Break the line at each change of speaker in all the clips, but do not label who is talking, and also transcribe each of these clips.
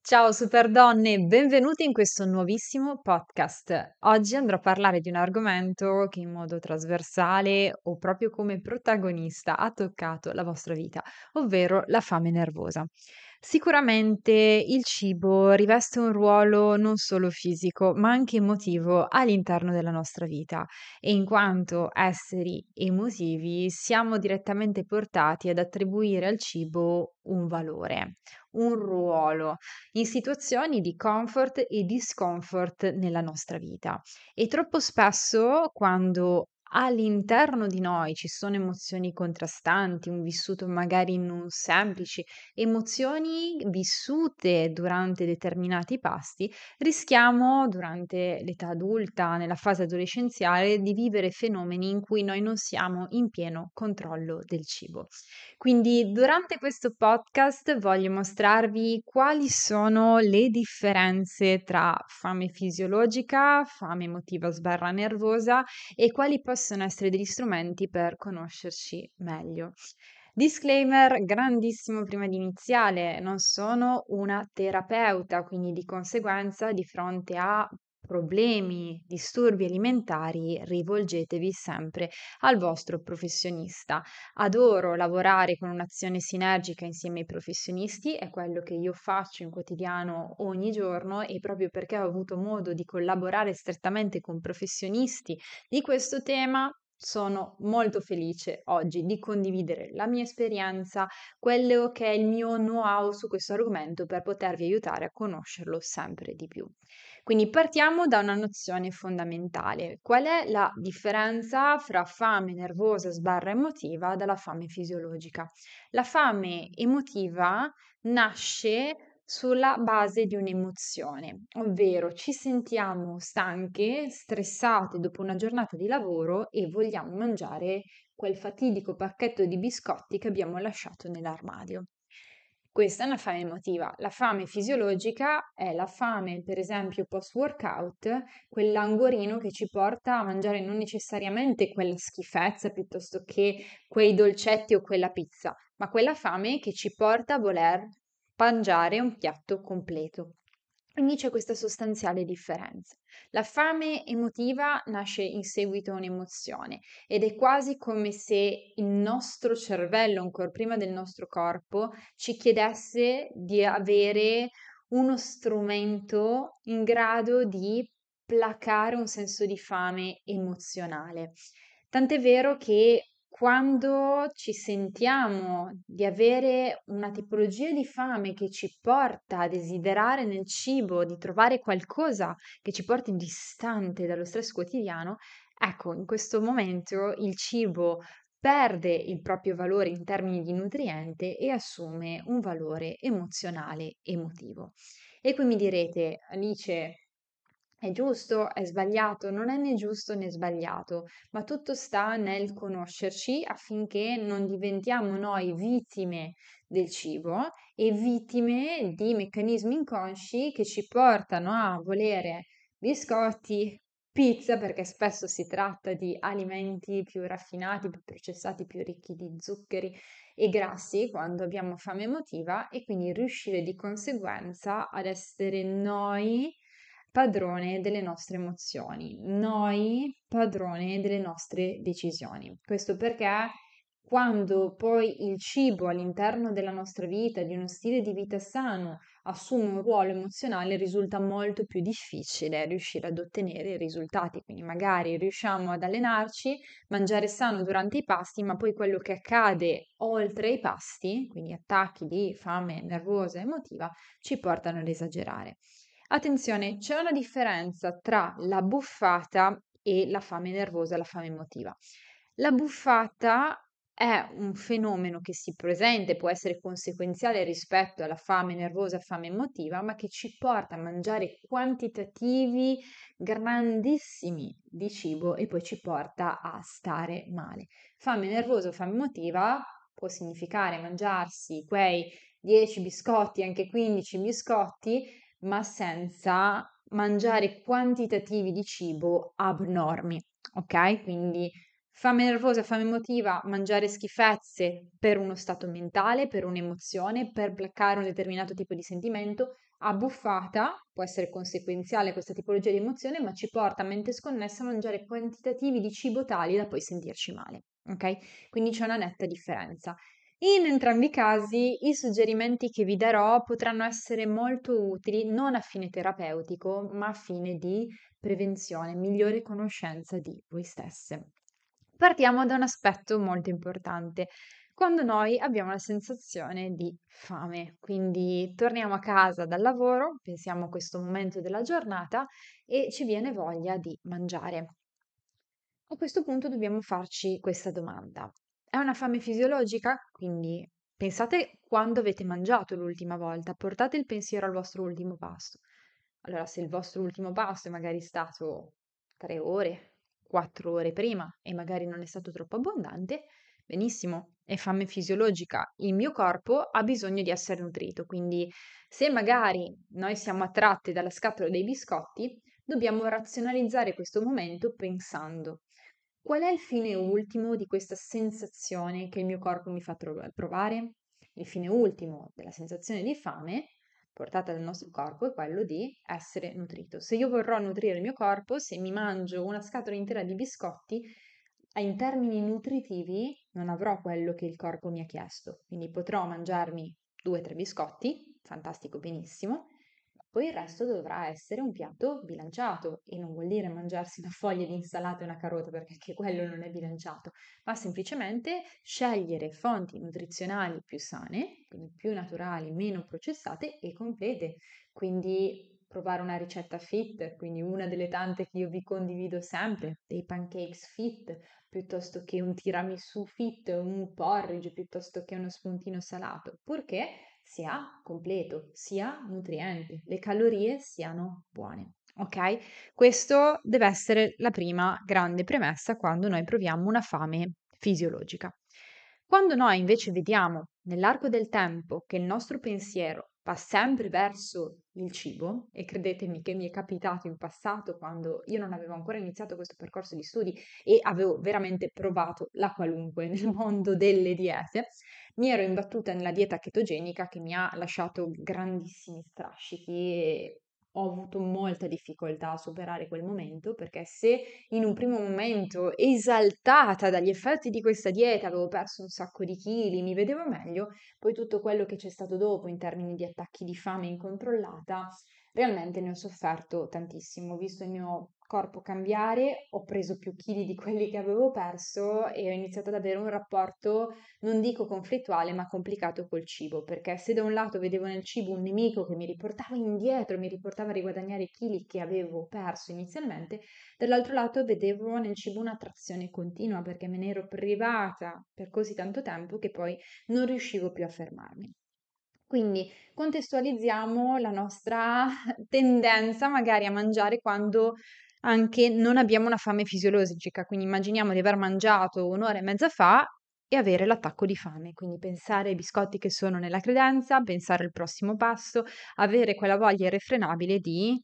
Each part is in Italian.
Ciao super donne, benvenute in questo nuovissimo podcast. Oggi andrò a parlare di un argomento che in modo trasversale o proprio come protagonista ha toccato la vostra vita, ovvero la fame nervosa. Sicuramente il cibo riveste un ruolo non solo fisico, ma anche emotivo all'interno della nostra vita e in quanto esseri emotivi siamo direttamente portati ad attribuire al cibo un valore, un ruolo in situazioni di comfort e discomfort nella nostra vita. E troppo spesso quando all'interno di noi ci sono emozioni contrastanti, un vissuto magari non semplici, emozioni vissute durante determinati pasti, rischiamo durante l'età adulta, nella fase adolescenziale, di vivere fenomeni in cui noi non siamo in pieno controllo del cibo. Quindi durante questo podcast voglio mostrarvi quali sono le differenze tra fame fisiologica, fame emotiva sbarra nervosa e quali possono essere degli strumenti per conoscerci meglio. Disclaimer grandissimo prima di iniziare, non sono una terapeuta, quindi di conseguenza di fronte a problemi, disturbi alimentari, rivolgetevi sempre al vostro professionista. Adoro lavorare con un'azione sinergica insieme ai professionisti, è quello che io faccio in quotidiano ogni giorno e proprio perché ho avuto modo di collaborare strettamente con professionisti di questo tema, sono molto felice oggi di condividere la mia esperienza, quello che è il mio know-how su questo argomento per potervi aiutare a conoscerlo sempre di più. Quindi partiamo da una nozione fondamentale. Qual è la differenza fra fame nervosa sbarra emotiva dalla fame fisiologica? La fame emotiva nasce sulla base di un'emozione, ovvero ci sentiamo stanche, stressate dopo una giornata di lavoro e vogliamo mangiare quel fatidico pacchetto di biscotti che abbiamo lasciato nell'armadio. Questa è una fame emotiva. La fame fisiologica è la fame, per esempio, post-workout, quell'angorino che ci porta a mangiare non necessariamente quella schifezza piuttosto che quei dolcetti o quella pizza, ma quella fame che ci porta a voler mangiare un piatto completo. Quindi c'è questa sostanziale differenza. La fame emotiva nasce in seguito a un'emozione ed è quasi come se il nostro cervello, ancora prima del nostro corpo, ci chiedesse di avere uno strumento in grado di placare un senso di fame emozionale. Tant'è vero che quando ci sentiamo di avere una tipologia di fame che ci porta a desiderare nel cibo, di trovare qualcosa che ci porti distante dallo stress quotidiano, ecco, in questo momento il cibo perde il proprio valore in termini di nutriente e assume un valore emozionale, emotivo. E qui mi direte, Alice, è giusto, è sbagliato? Non è né giusto né sbagliato, ma tutto sta nel conoscerci affinché non diventiamo noi vittime del cibo e vittime di meccanismi inconsci che ci portano a volere biscotti, pizza, perché spesso si tratta di alimenti più raffinati, più processati, più ricchi di zuccheri e grassi quando abbiamo fame emotiva e quindi riuscire di conseguenza ad essere noi padrone delle nostre emozioni, noi padrone delle nostre decisioni. Questo perché quando poi il cibo all'interno della nostra vita, di uno stile di vita sano, assume un ruolo emozionale, risulta molto più difficile riuscire ad ottenere i risultati. Quindi magari riusciamo ad allenarci, mangiare sano durante i pasti, ma poi quello che accade oltre i pasti, quindi attacchi di fame nervosa e emotiva, ci portano ad esagerare. Attenzione, c'è una differenza tra la buffata e la fame nervosa, la fame emotiva. La buffata è un fenomeno che si presenta e può essere conseguenziale rispetto alla fame nervosa, fame emotiva, ma che ci porta a mangiare quantitativi grandissimi di cibo e poi ci porta a stare male. Fame nervosa o fame emotiva può significare mangiarsi quei 10 biscotti, anche 15 biscotti, ma senza mangiare quantitativi di cibo abnormi, ok? Quindi Fame nervosa, fame emotiva, mangiare schifezze per uno stato mentale, per un'emozione, per placare un determinato tipo di sentimento. Abbuffata può essere conseguenziale a questa tipologia di emozione, ma ci porta a mente sconnessa a mangiare quantitativi di cibo tali da poi sentirci male. Ok? Quindi c'è una netta differenza. In entrambi i casi, i suggerimenti che vi darò potranno essere molto utili non a fine terapeutico, ma a fine di prevenzione, migliore conoscenza di voi stesse. Partiamo da un aspetto molto importante. Quando noi abbiamo la sensazione di fame, quindi torniamo a casa dal lavoro, pensiamo a questo momento della giornata e ci viene voglia di mangiare. A questo punto dobbiamo farci questa domanda. È una fame fisiologica? Quindi pensate quando avete mangiato l'ultima volta, portate il pensiero al vostro ultimo pasto. Allora, se il vostro ultimo pasto è magari stato 3 ore, 4 ore prima e magari non è stato troppo abbondante, benissimo, è fame fisiologica. Il mio corpo ha bisogno di essere nutrito, quindi se magari noi siamo attratti dalla scatola dei biscotti, dobbiamo razionalizzare questo momento pensando qual è il fine ultimo di questa sensazione che il mio corpo mi fa provare? Il fine ultimo della sensazione di fame portata dal nostro corpo è quello di essere nutrito. Se io vorrò nutrire il mio corpo, se mi mangio una scatola intera di biscotti, in termini nutritivi non avrò quello che il corpo mi ha chiesto. Quindi potrò mangiarmi 2 o 3 biscotti, fantastico, benissimo, poi il resto dovrà essere un piatto bilanciato e non vuol dire mangiarsi una foglia di insalata e una carota perché anche quello non è bilanciato, ma semplicemente scegliere fonti nutrizionali più sane, quindi più naturali, meno processate e complete. Quindi provare una ricetta fit, quindi una delle tante che io vi condivido sempre, dei pancakes fit, piuttosto che un tiramisù fit, un porridge, piuttosto che uno spuntino salato, purché sia completo, sia nutriente, le calorie siano buone. Ok? Questo deve essere la prima grande premessa quando noi proviamo una fame fisiologica. Quando noi invece vediamo nell'arco del tempo che il nostro pensiero va sempre verso il cibo, e credetemi che mi è capitato in passato quando io non avevo ancora iniziato questo percorso di studi e avevo veramente provato la qualunque nel mondo delle diete, mi ero imbattuta nella dieta chetogenica che mi ha lasciato grandissimi strascichi e ho avuto molta difficoltà a superare quel momento perché se in un primo momento esaltata dagli effetti di questa dieta avevo perso un sacco di chili, mi vedevo meglio, poi tutto quello che c'è stato dopo in termini di attacchi di fame incontrollata, realmente ne ho sofferto tantissimo, ho visto il mio corpo cambiare, ho preso più chili di quelli che avevo perso e ho iniziato ad avere un rapporto non dico conflittuale, ma complicato col cibo, perché se da un lato vedevo nel cibo un nemico che mi riportava indietro, mi riportava a riguadagnare i chili che avevo perso inizialmente, dall'altro lato vedevo nel cibo un'attrazione continua perché me ne ero privata per così tanto tempo che poi non riuscivo più a fermarmi. Quindi contestualizziamo la nostra tendenza magari a mangiare quando anche non abbiamo una fame fisiologica, quindi immaginiamo di aver mangiato un'ora e mezza fa e avere l'attacco di fame, quindi pensare ai biscotti che sono nella credenza, pensare al prossimo passo, avere quella voglia irrefrenabile di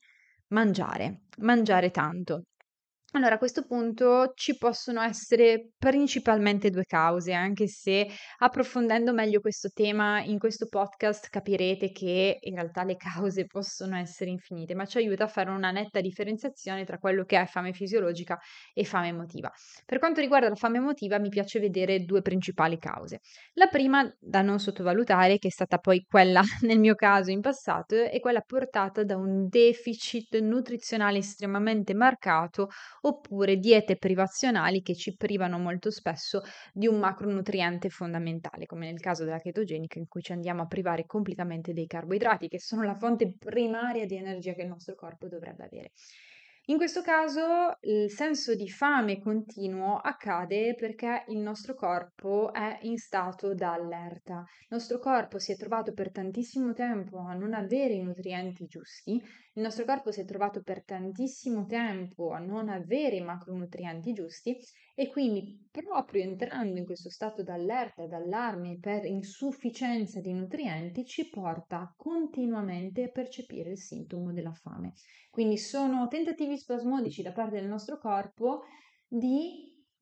mangiare tanto. Allora, a questo punto ci possono essere principalmente 2 cause, anche se approfondendo meglio questo tema in questo podcast capirete che in realtà le cause possono essere infinite, ma ci aiuta a fare una netta differenziazione tra quello che è fame fisiologica e fame emotiva. Per quanto riguarda la fame emotiva, mi piace vedere 2 principali cause. La prima, da non sottovalutare, che è stata poi quella nel mio caso in passato, è quella portata da un deficit nutrizionale estremamente marcato oppure diete privazionali che ci privano molto spesso di un macronutriente fondamentale, come nel caso della chetogenica in cui ci andiamo a privare completamente dei carboidrati, che sono la fonte primaria di energia che il nostro corpo dovrebbe avere. In questo caso il senso di fame continuo accade perché il nostro corpo è in stato da allerta. Il nostro corpo si è trovato per tantissimo tempo a non avere i nutrienti giusti, il nostro corpo si è trovato per tantissimo tempo a non avere i macronutrienti giusti e quindi proprio entrando in questo stato d'allerta, d'allarme per insufficienza di nutrienti ci porta continuamente a percepire il sintomo della fame. Quindi sono tentativi spasmodici da parte del nostro corpo di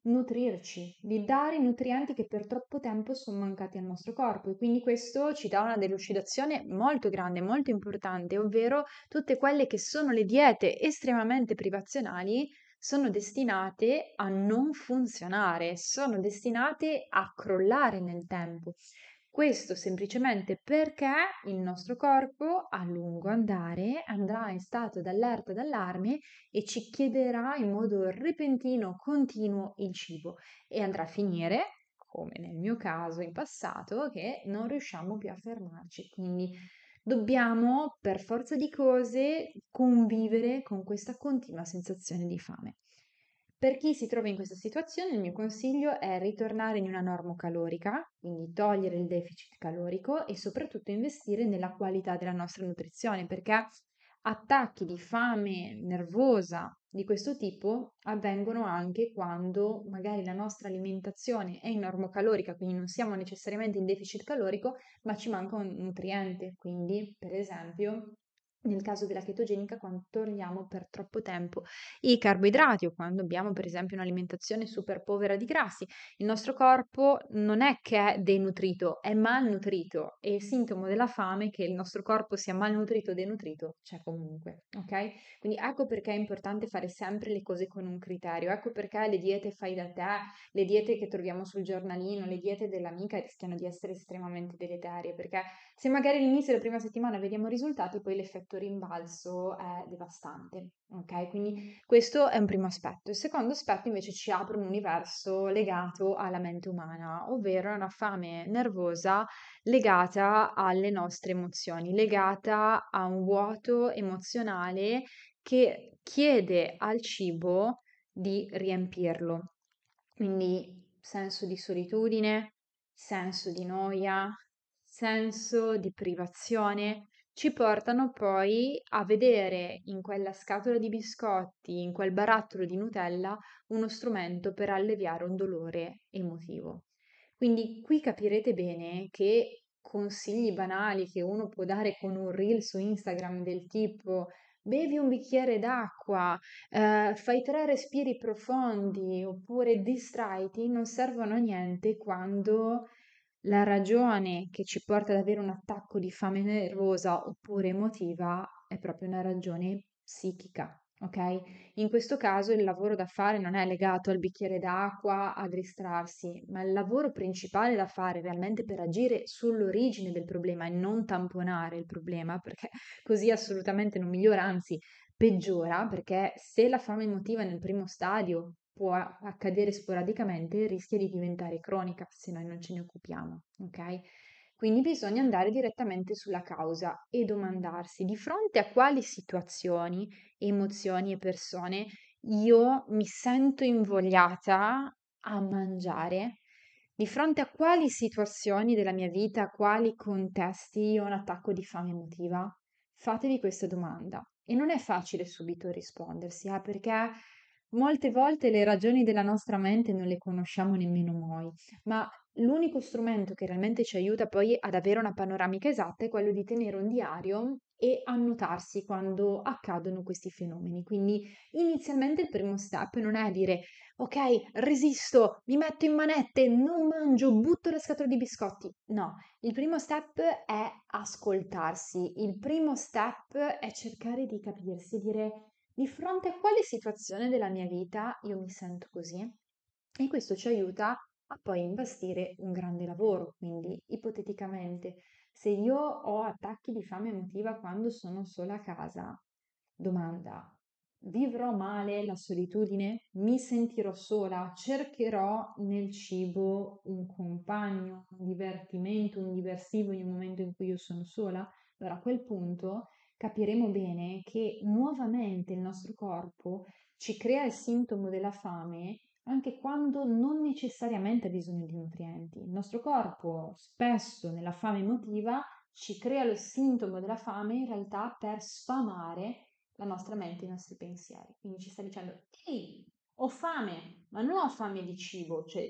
nutrirci, di dare i nutrienti che per troppo tempo sono mancati al nostro corpo e quindi questo ci dà una delucidazione molto grande, molto importante, ovvero tutte quelle che sono le diete estremamente privazionali sono destinate a non funzionare, sono destinate a crollare nel tempo. Questo semplicemente perché il nostro corpo a lungo andare andrà in stato d'allerta d'allarme e ci chiederà in modo repentino, continuo il cibo e andrà a finire, come nel mio caso in passato, che non riusciamo più a fermarci. Quindi dobbiamo, per forza di cose, convivere con questa continua sensazione di fame. Per chi si trova in questa situazione, il mio consiglio è ritornare in una normocalorica, quindi togliere il deficit calorico e soprattutto investire nella qualità della nostra nutrizione, perché attacchi di fame nervosa di questo tipo avvengono anche quando magari la nostra alimentazione è in normocalorica, quindi non siamo necessariamente in deficit calorico, ma ci manca un nutriente. Quindi, per esempio, nel caso della chetogenica, quando togliamo per troppo tempo i carboidrati o quando abbiamo, per esempio, un'alimentazione super povera di grassi, il nostro corpo non è che è denutrito, è malnutrito e il sintomo della fame, che il nostro corpo sia malnutrito o denutrito, c'è comunque, ok? Quindi ecco perché è importante fare sempre le cose con un criterio, ecco perché le diete fai da te, le diete che troviamo sul giornalino, le diete dell'amica rischiano di essere estremamente deleterie, perché se magari all'inizio della prima settimana vediamo risultati, poi l'effetto rimbalzo è devastante, ok? Quindi questo è un primo aspetto. Il secondo aspetto invece ci apre un universo legato alla mente umana, ovvero una fame nervosa legata alle nostre emozioni, legata a un vuoto emozionale che chiede al cibo di riempirlo. Quindi senso di solitudine, senso di noia, senso di privazione ci portano poi a vedere in quella scatola di biscotti, in quel barattolo di Nutella, uno strumento per alleviare un dolore emotivo. Quindi qui capirete bene che consigli banali che uno può dare con un reel su Instagram del tipo bevi un bicchiere d'acqua, fai 3 respiri profondi oppure distraiti, non servono a niente quando la ragione che ci porta ad avere un attacco di fame nervosa oppure emotiva è proprio una ragione psichica, ok? In questo caso il lavoro da fare non è legato al bicchiere d'acqua, a distrarsi, ma il lavoro principale da fare realmente per agire sull'origine del problema e non tamponare il problema, perché così assolutamente non migliora, anzi peggiora, perché se la fame emotiva nel primo stadio può accadere sporadicamente, rischia di diventare cronica se noi non ce ne occupiamo, ok? Quindi bisogna andare direttamente sulla causa e domandarsi di fronte a quali situazioni, emozioni e persone io mi sento invogliata a mangiare, di fronte a quali situazioni della mia vita, a quali contesti io ho un attacco di fame emotiva. Fatevi questa domanda e non è facile subito rispondersi, perché molte volte le ragioni della nostra mente non le conosciamo nemmeno noi, ma l'unico strumento che realmente ci aiuta poi ad avere una panoramica esatta è quello di tenere un diario e annotarsi quando accadono questi fenomeni. Quindi inizialmente il primo step non è dire ok, resisto, mi metto in manette, non mangio, butto la scatola di biscotti. No, il primo step è ascoltarsi, il primo step è cercare di capirsi, dire di fronte a quale situazione della mia vita io mi sento così. E questo ci aiuta a poi imbastire un grande lavoro. Quindi, ipoteticamente, se io ho attacchi di fame emotiva quando sono sola a casa, domanda, vivrò male la solitudine? Mi sentirò sola? Cercherò nel cibo un compagno, un divertimento, un diversivo in un momento in cui io sono sola? Allora, a quel punto capiremo bene che nuovamente il nostro corpo ci crea il sintomo della fame anche quando non necessariamente ha bisogno di nutrienti. Il nostro corpo spesso nella fame emotiva ci crea lo sintomo della fame in realtà per sfamare la nostra mente e i nostri pensieri. Quindi ci sta dicendo, ehi, ho fame, ma non ho fame di cibo, cioè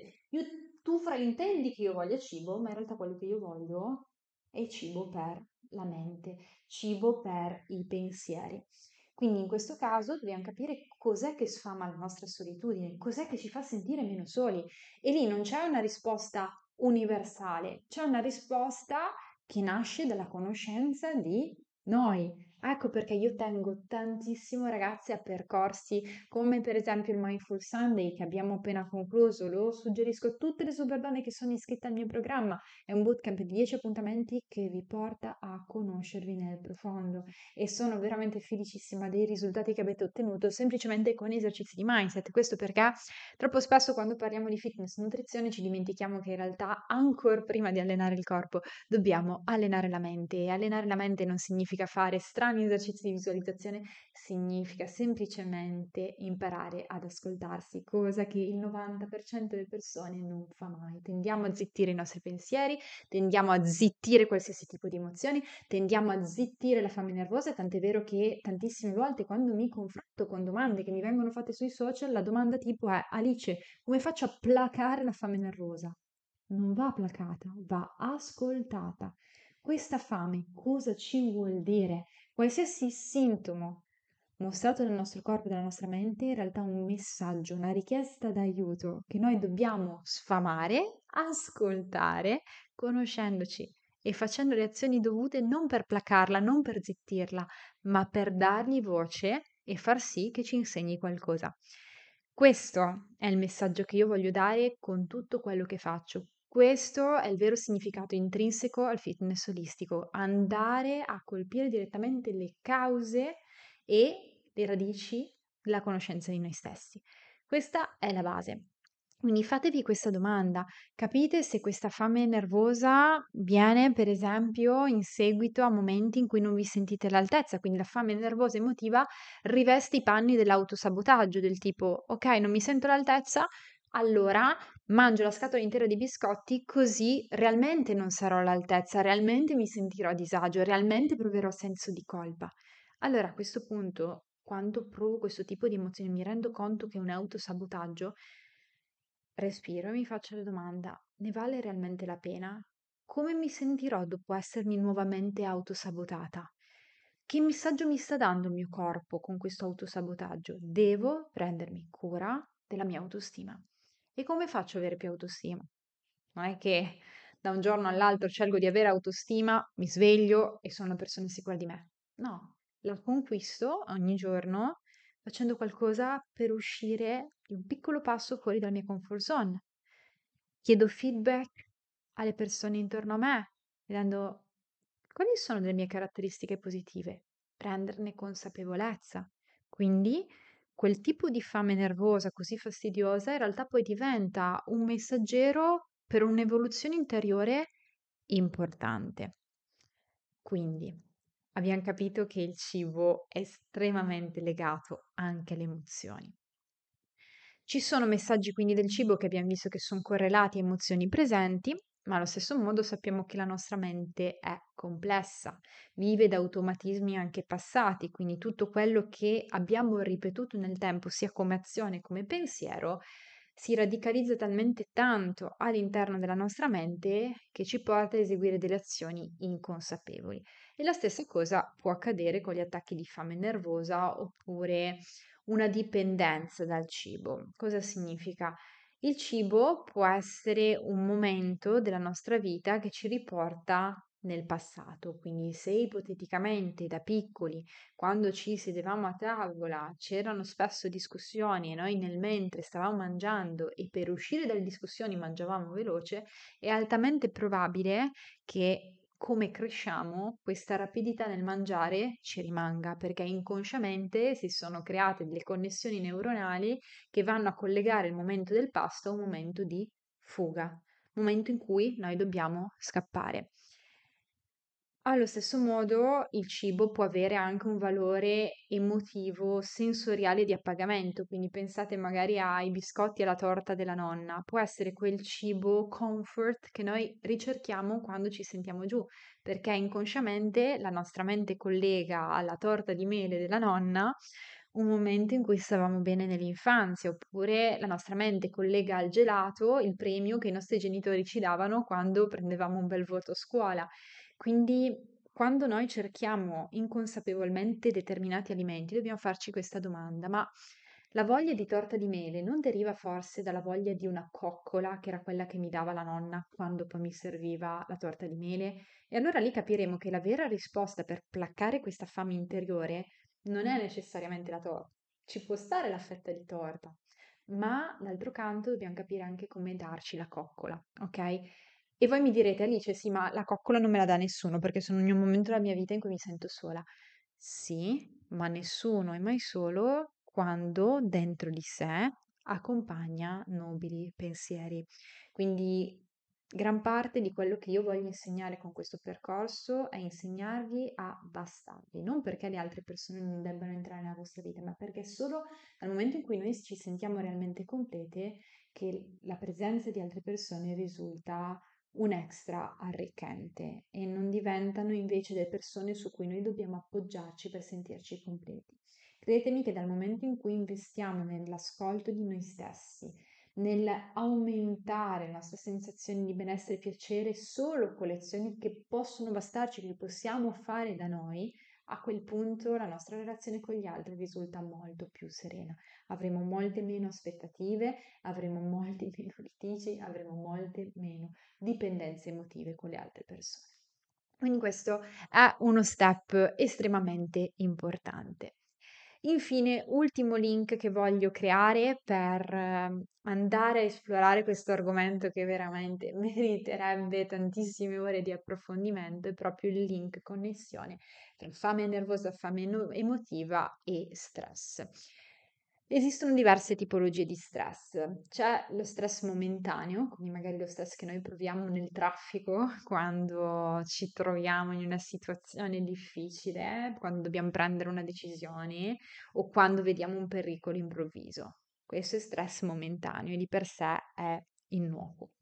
tu fraintendi che io voglia cibo, ma in realtà quello che io voglio è cibo per la mente, cibo per i pensieri. Quindi in questo caso dobbiamo capire cos'è che sfama la nostra solitudine, cos'è che ci fa sentire meno soli. E lì non c'è una risposta universale, c'è una risposta che nasce dalla conoscenza di noi. Ecco perché io tengo tantissimo, ragazzi, a percorsi come per esempio il Mindful Sunday che abbiamo appena concluso. Lo suggerisco a tutte le super donne che sono iscritte al mio programma. È un bootcamp di 10 appuntamenti che vi porta a conoscervi nel profondo e sono veramente felicissima dei risultati che avete ottenuto semplicemente con esercizi di mindset. Questo perché troppo spesso quando parliamo di fitness e nutrizione ci dimentichiamo che in realtà ancora prima di allenare il corpo dobbiamo allenare la mente e allenare la mente non significa fare strani esercizi di visualizzazione, significa semplicemente imparare ad ascoltarsi, cosa che il 90% delle persone non fa mai. Tendiamo a zittire i nostri pensieri, tendiamo a zittire qualsiasi tipo di emozioni, tendiamo a zittire la fame nervosa, tant'è vero che tantissime volte quando mi confronto con domande che mi vengono fatte sui social, la domanda tipo è: Alice, come faccio a placare la fame nervosa? Non va placata, va ascoltata. Questa fame cosa ci vuol dire? Qualsiasi sintomo mostrato dal nostro corpo e dalla nostra mente è in realtà un messaggio, una richiesta d'aiuto che noi dobbiamo sfamare, ascoltare, conoscendoci e facendo le azioni dovute non per placarla, non per zittirla, ma per dargli voce e far sì che ci insegni qualcosa. Questo è il messaggio che io voglio dare con tutto quello che faccio. Questo è il vero significato intrinseco al fitness olistico, andare a colpire direttamente le cause e le radici della conoscenza di noi stessi. Questa è la base. Quindi fatevi questa domanda, capite se questa fame nervosa viene per esempio in seguito a momenti in cui non vi sentite all'altezza, quindi la fame nervosa emotiva riveste i panni dell'autosabotaggio, del tipo ok, non mi sento all'altezza, allora mangio la scatola intera di biscotti così realmente non sarò all'altezza, realmente mi sentirò a disagio, realmente proverò senso di colpa. Allora a questo punto, quando provo questo tipo di emozioni, mi rendo conto che è un autosabotaggio, respiro e mi faccio la domanda, ne vale realmente la pena? Come mi sentirò dopo essermi nuovamente autosabotata? Che messaggio mi sta dando il mio corpo con questo autosabotaggio? Devo prendermi cura della mia autostima. E come faccio ad avere più autostima? Non è che da un giorno all'altro scelgo di avere autostima, mi sveglio e sono una persona sicura di me. No, la conquisto ogni giorno facendo qualcosa per uscire di un piccolo passo fuori dalla mia comfort zone. Chiedo feedback alle persone intorno a me, vedendo quali sono le mie caratteristiche positive, prenderne consapevolezza. Quindi quel tipo di fame nervosa così fastidiosa in realtà poi diventa un messaggero per un'evoluzione interiore importante. Quindi abbiamo capito che il cibo è estremamente legato anche alle emozioni. Ci sono messaggi quindi del cibo che abbiamo visto che sono correlati a emozioni presenti, ma allo stesso modo sappiamo che la nostra mente è complessa, vive da automatismi anche passati, quindi tutto quello che abbiamo ripetuto nel tempo, sia come azione che come pensiero, si radicalizza talmente tanto all'interno della nostra mente che ci porta a eseguire delle azioni inconsapevoli. E la stessa cosa può accadere con gli attacchi di fame nervosa oppure una dipendenza dal cibo. Cosa significa? Il cibo può essere un momento della nostra vita che ci riporta nel passato, quindi se ipoteticamente da piccoli, quando ci sedevamo a tavola, c'erano spesso discussioni e noi nel mentre stavamo mangiando e per uscire dalle discussioni mangiavamo veloce, è altamente probabile che come cresciamo, questa rapidità nel mangiare ci rimanga, perché inconsciamente si sono create delle connessioni neuronali che vanno a collegare il momento del pasto a un momento di fuga, momento in cui noi dobbiamo scappare. Allo stesso modo, il cibo può avere anche un valore emotivo, sensoriale di appagamento, quindi pensate magari ai biscotti e alla torta della nonna, può essere quel cibo comfort che noi ricerchiamo quando ci sentiamo giù, perché inconsciamente la nostra mente collega alla torta di mele della nonna un momento in cui stavamo bene nell'infanzia, oppure la nostra mente collega al gelato il premio che i nostri genitori ci davano quando prendevamo un bel voto a scuola. Quindi quando noi cerchiamo inconsapevolmente determinati alimenti, dobbiamo farci questa domanda: ma la voglia di torta di mele non deriva forse dalla voglia di una coccola, che era quella che mi dava la nonna quando poi mi serviva la torta di mele? E allora lì capiremo che la vera risposta per placare questa fame interiore non è necessariamente la torta. Ci può stare la fetta di torta, ma d'altro canto dobbiamo capire anche come darci la coccola, ok? E voi mi direte, Alice, sì, ma la coccola non me la dà nessuno perché sono in un momento della mia vita in cui mi sento sola. Sì, ma nessuno è mai solo quando dentro di sé accompagna nobili pensieri. Quindi gran parte di quello che io voglio insegnare con questo percorso è insegnarvi a bastarvi, non perché le altre persone non debbano entrare nella vostra vita, ma perché solo dal momento in cui noi ci sentiamo realmente complete, che la presenza di altre persone risulta un extra arricchente e non diventano invece delle persone su cui noi dobbiamo appoggiarci per sentirci completi. Credetemi che dal momento in cui investiamo nell'ascolto di noi stessi, nell'aumentare la nostra sensazione di benessere e piacere solo con lezioni che possono bastarci, che possiamo fare da noi, a quel punto la nostra relazione con gli altri risulta molto più serena. Avremo molte meno aspettative, avremo molti meno litigi, avremo molte meno dipendenze emotive con le altre persone. Quindi questo è uno step estremamente importante. Infine, ultimo link che voglio creare per andare a esplorare questo argomento che veramente meriterebbe tantissime ore di approfondimento, è proprio il link connessione tra fame nervosa, fame emotiva e stress. Esistono diverse tipologie di stress. C'è lo stress momentaneo, quindi magari lo stress che noi proviamo nel traffico quando ci troviamo in una situazione difficile, quando dobbiamo prendere una decisione o quando vediamo un pericolo improvviso. Questo è stress momentaneo e di per sé è innocuo.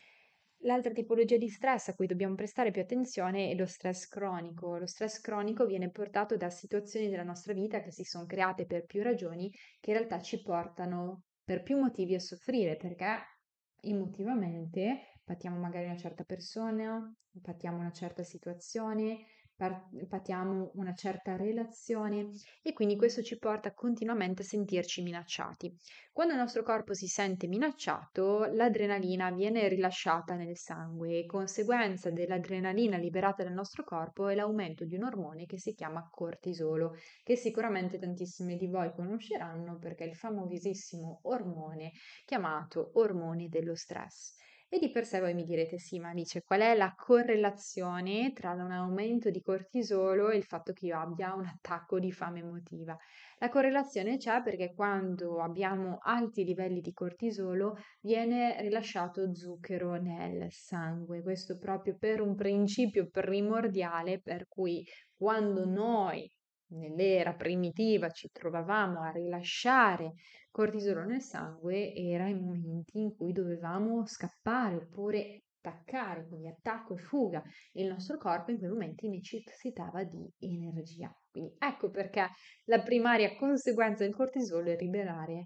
L'altra tipologia di stress a cui dobbiamo prestare più attenzione è lo stress cronico. Lo stress cronico viene portato da situazioni della nostra vita che si sono create per più ragioni, che in realtà ci portano per più motivi a soffrire, perché emotivamente patiamo magari una certa persona, patiamo una certa situazione, patiamo una certa relazione e quindi questo ci porta continuamente a sentirci minacciati. Quando il nostro corpo si sente minacciato, l'adrenalina viene rilasciata nel sangue e conseguenza dell'adrenalina liberata dal nostro corpo è l'aumento di un ormone che si chiama cortisolo, che sicuramente tantissimi di voi conosceranno perché è il famosissimo ormone chiamato ormone dello stress. E di per sé voi mi direte, sì, ma Alice, qual è la correlazione tra un aumento di cortisolo e il fatto che io abbia un attacco di fame emotiva? La correlazione c'è perché quando abbiamo alti livelli di cortisolo viene rilasciato zucchero nel sangue, questo proprio per un principio primordiale per cui quando noi nell'era primitiva ci trovavamo a rilasciare cortisolo nel sangue era i momenti in cui dovevamo scappare oppure attaccare, quindi attacco e fuga. Il nostro corpo in quei momenti necessitava di energia. Quindi ecco perché la primaria conseguenza del cortisolo è liberare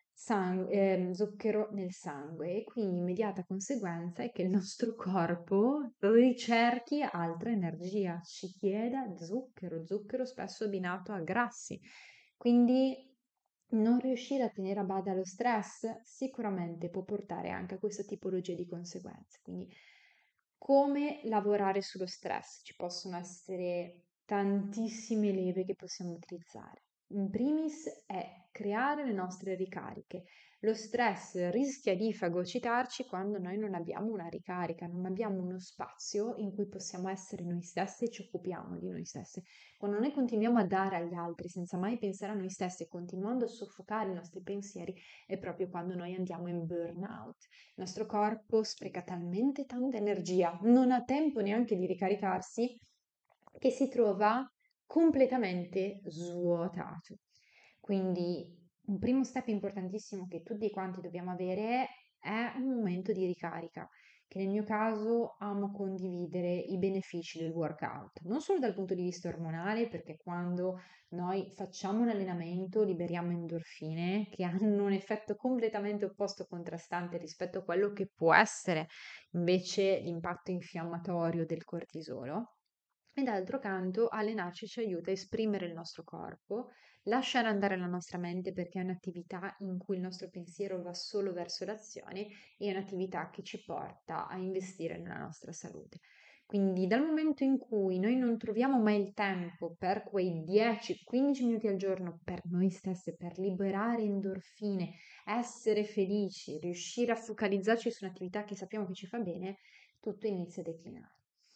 zucchero nel sangue e quindi immediata conseguenza è che il nostro corpo ricerchi altra energia, ci chieda zucchero, zucchero spesso abbinato a grassi. Quindi non riuscire a tenere a bada lo stress sicuramente può portare anche a questa tipologia di conseguenze. Quindi come lavorare sullo stress? Ci possono essere tantissime leve che possiamo utilizzare. In primis è creare le nostre ricariche. Lo stress rischia di fagocitarci quando noi non abbiamo una ricarica, non abbiamo uno spazio in cui possiamo essere noi stessi e ci occupiamo di noi stessi. Quando noi continuiamo a dare agli altri senza mai pensare a noi stessi e continuando a soffocare i nostri pensieri, è proprio quando noi andiamo in burnout. Il nostro corpo spreca talmente tanta energia, non ha tempo neanche di ricaricarsi, che si trova completamente svuotato. Quindi un primo step importantissimo che tutti quanti dobbiamo avere è un momento di ricarica, che nel mio caso amo condividere i benefici del workout, non solo dal punto di vista ormonale, perché quando noi facciamo un allenamento liberiamo endorfine che hanno un effetto completamente opposto contrastante rispetto a quello che può essere invece l'impatto infiammatorio del cortisolo. e d'altro canto allenarci ci aiuta a esprimere il nostro corpo, lasciare andare la nostra mente perché è un'attività in cui il nostro pensiero va solo verso l'azione e è un'attività che ci porta a investire nella nostra salute. Quindi dal momento in cui noi non troviamo mai il tempo per quei 10-15 minuti al giorno per noi stesse, per liberare endorfine, essere felici, riuscire a focalizzarci su un'attività che sappiamo che ci fa bene, tutto inizia a declinare.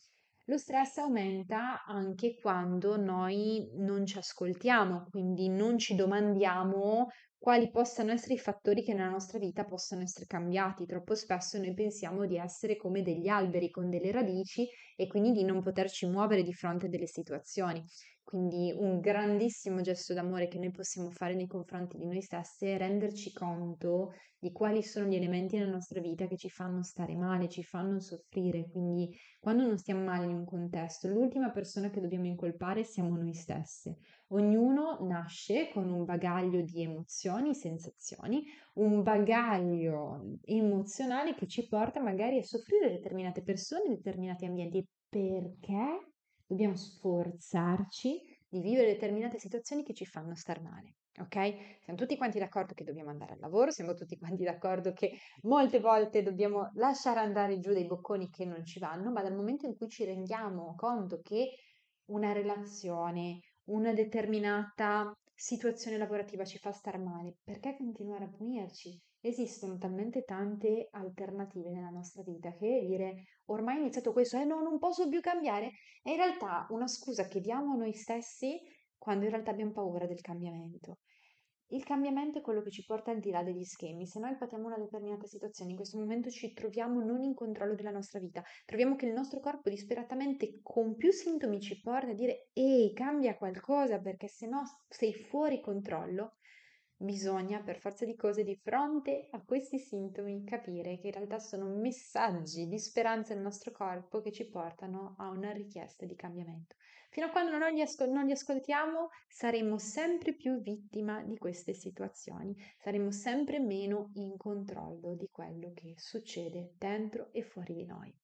Lo stress aumenta anche quando noi non ci ascoltiamo, quindi non ci domandiamo quali possano essere i fattori che nella nostra vita possono essere cambiati. Troppo spesso noi pensiamo di essere come degli alberi con delle radici e quindi di non poterci muovere di fronte a delle situazioni. Quindi un grandissimo gesto d'amore che noi possiamo fare nei confronti di noi stessi è renderci conto di quali sono gli elementi nella nostra vita che ci fanno stare male, ci fanno soffrire. Quindi quando non stiamo male in un contesto, l'ultima persona che dobbiamo incolpare siamo noi stesse. Ognuno nasce con un bagaglio di emozioni, sensazioni, un bagaglio emozionale che ci porta magari a soffrire determinate persone, determinati ambienti. Perché dobbiamo sforzarci di vivere determinate situazioni che ci fanno star male? Ok? Siamo tutti quanti d'accordo che dobbiamo andare al lavoro, siamo tutti quanti d'accordo che molte volte dobbiamo lasciare andare giù dei bocconi che non ci vanno, ma dal momento in cui ci rendiamo conto che una relazione, una determinata situazione lavorativa ci fa star male, perché continuare a punirci? Esistono talmente tante alternative nella nostra vita che dire ormai è iniziato questo, no, non posso più cambiare, è in realtà una scusa che diamo a noi stessi quando in realtà abbiamo paura del cambiamento. Il cambiamento è quello che ci porta al di là degli schemi. Se noi patiamo una determinata situazione, in questo momento ci troviamo non in controllo della nostra vita, troviamo che il nostro corpo disperatamente con più sintomi ci porta a dire ehi, cambia qualcosa perché se no sei fuori controllo. Bisogna, per forza di cose, di fronte a questi sintomi, capire che in realtà sono messaggi di speranza nel nostro corpo che ci portano a una richiesta di cambiamento. Fino a quando non li ascoltiamo, saremo sempre più vittima di queste situazioni, saremo sempre meno in controllo di quello che succede dentro e fuori di noi.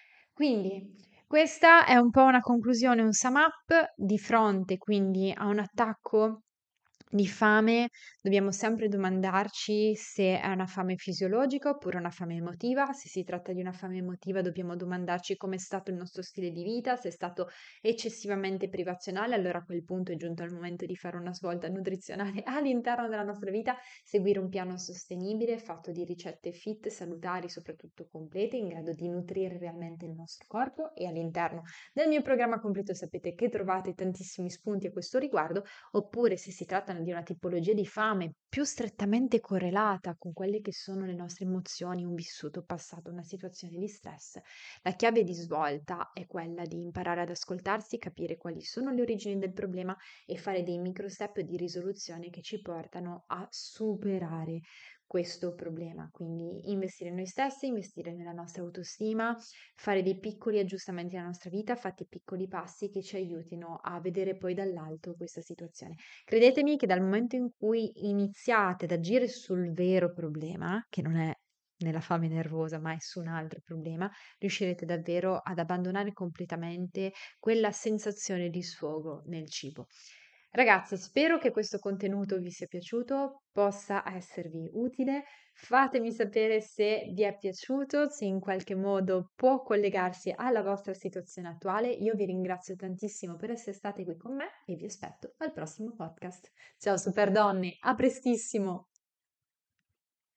Quindi, questa è un po' una conclusione, un sum up di fronte quindi a un attacco di fame. Dobbiamo sempre domandarci se è una fame fisiologica oppure una fame emotiva. Se si tratta di una fame emotiva, dobbiamo domandarci come è stato il nostro stile di vita, se è stato eccessivamente privazionale, allora a quel punto è giunto il momento di fare una svolta nutrizionale all'interno della nostra vita, seguire un piano sostenibile fatto di ricette fit, salutari, soprattutto complete, in grado di nutrire realmente il nostro corpo. E all'interno del mio programma completo sapete che trovate tantissimi spunti a questo riguardo, oppure se si tratta di una tipologia di fame più strettamente correlata con quelle che sono le nostre emozioni, un vissuto passato, una situazione di stress, la chiave di svolta è quella di imparare ad ascoltarsi, capire quali sono le origini del problema e fare dei micro step di risoluzione che ci portano a superare questo problema. Quindi investire in noi stessi, investire nella nostra autostima, fare dei piccoli aggiustamenti nella nostra vita, fatti piccoli passi che ci aiutino a vedere poi dall'alto questa situazione. Credetemi che dal momento in cui iniziate ad agire sul vero problema, che non è nella fame nervosa, ma è su un altro problema, riuscirete davvero ad abbandonare completamente quella sensazione di sfogo nel cibo. Ragazzi, spero che questo contenuto vi sia piaciuto, possa esservi utile. Fatemi sapere se vi è piaciuto, se in qualche modo può collegarsi alla vostra situazione attuale. Io vi ringrazio tantissimo per essere state qui con me e vi aspetto al prossimo podcast. Ciao super donne, a prestissimo!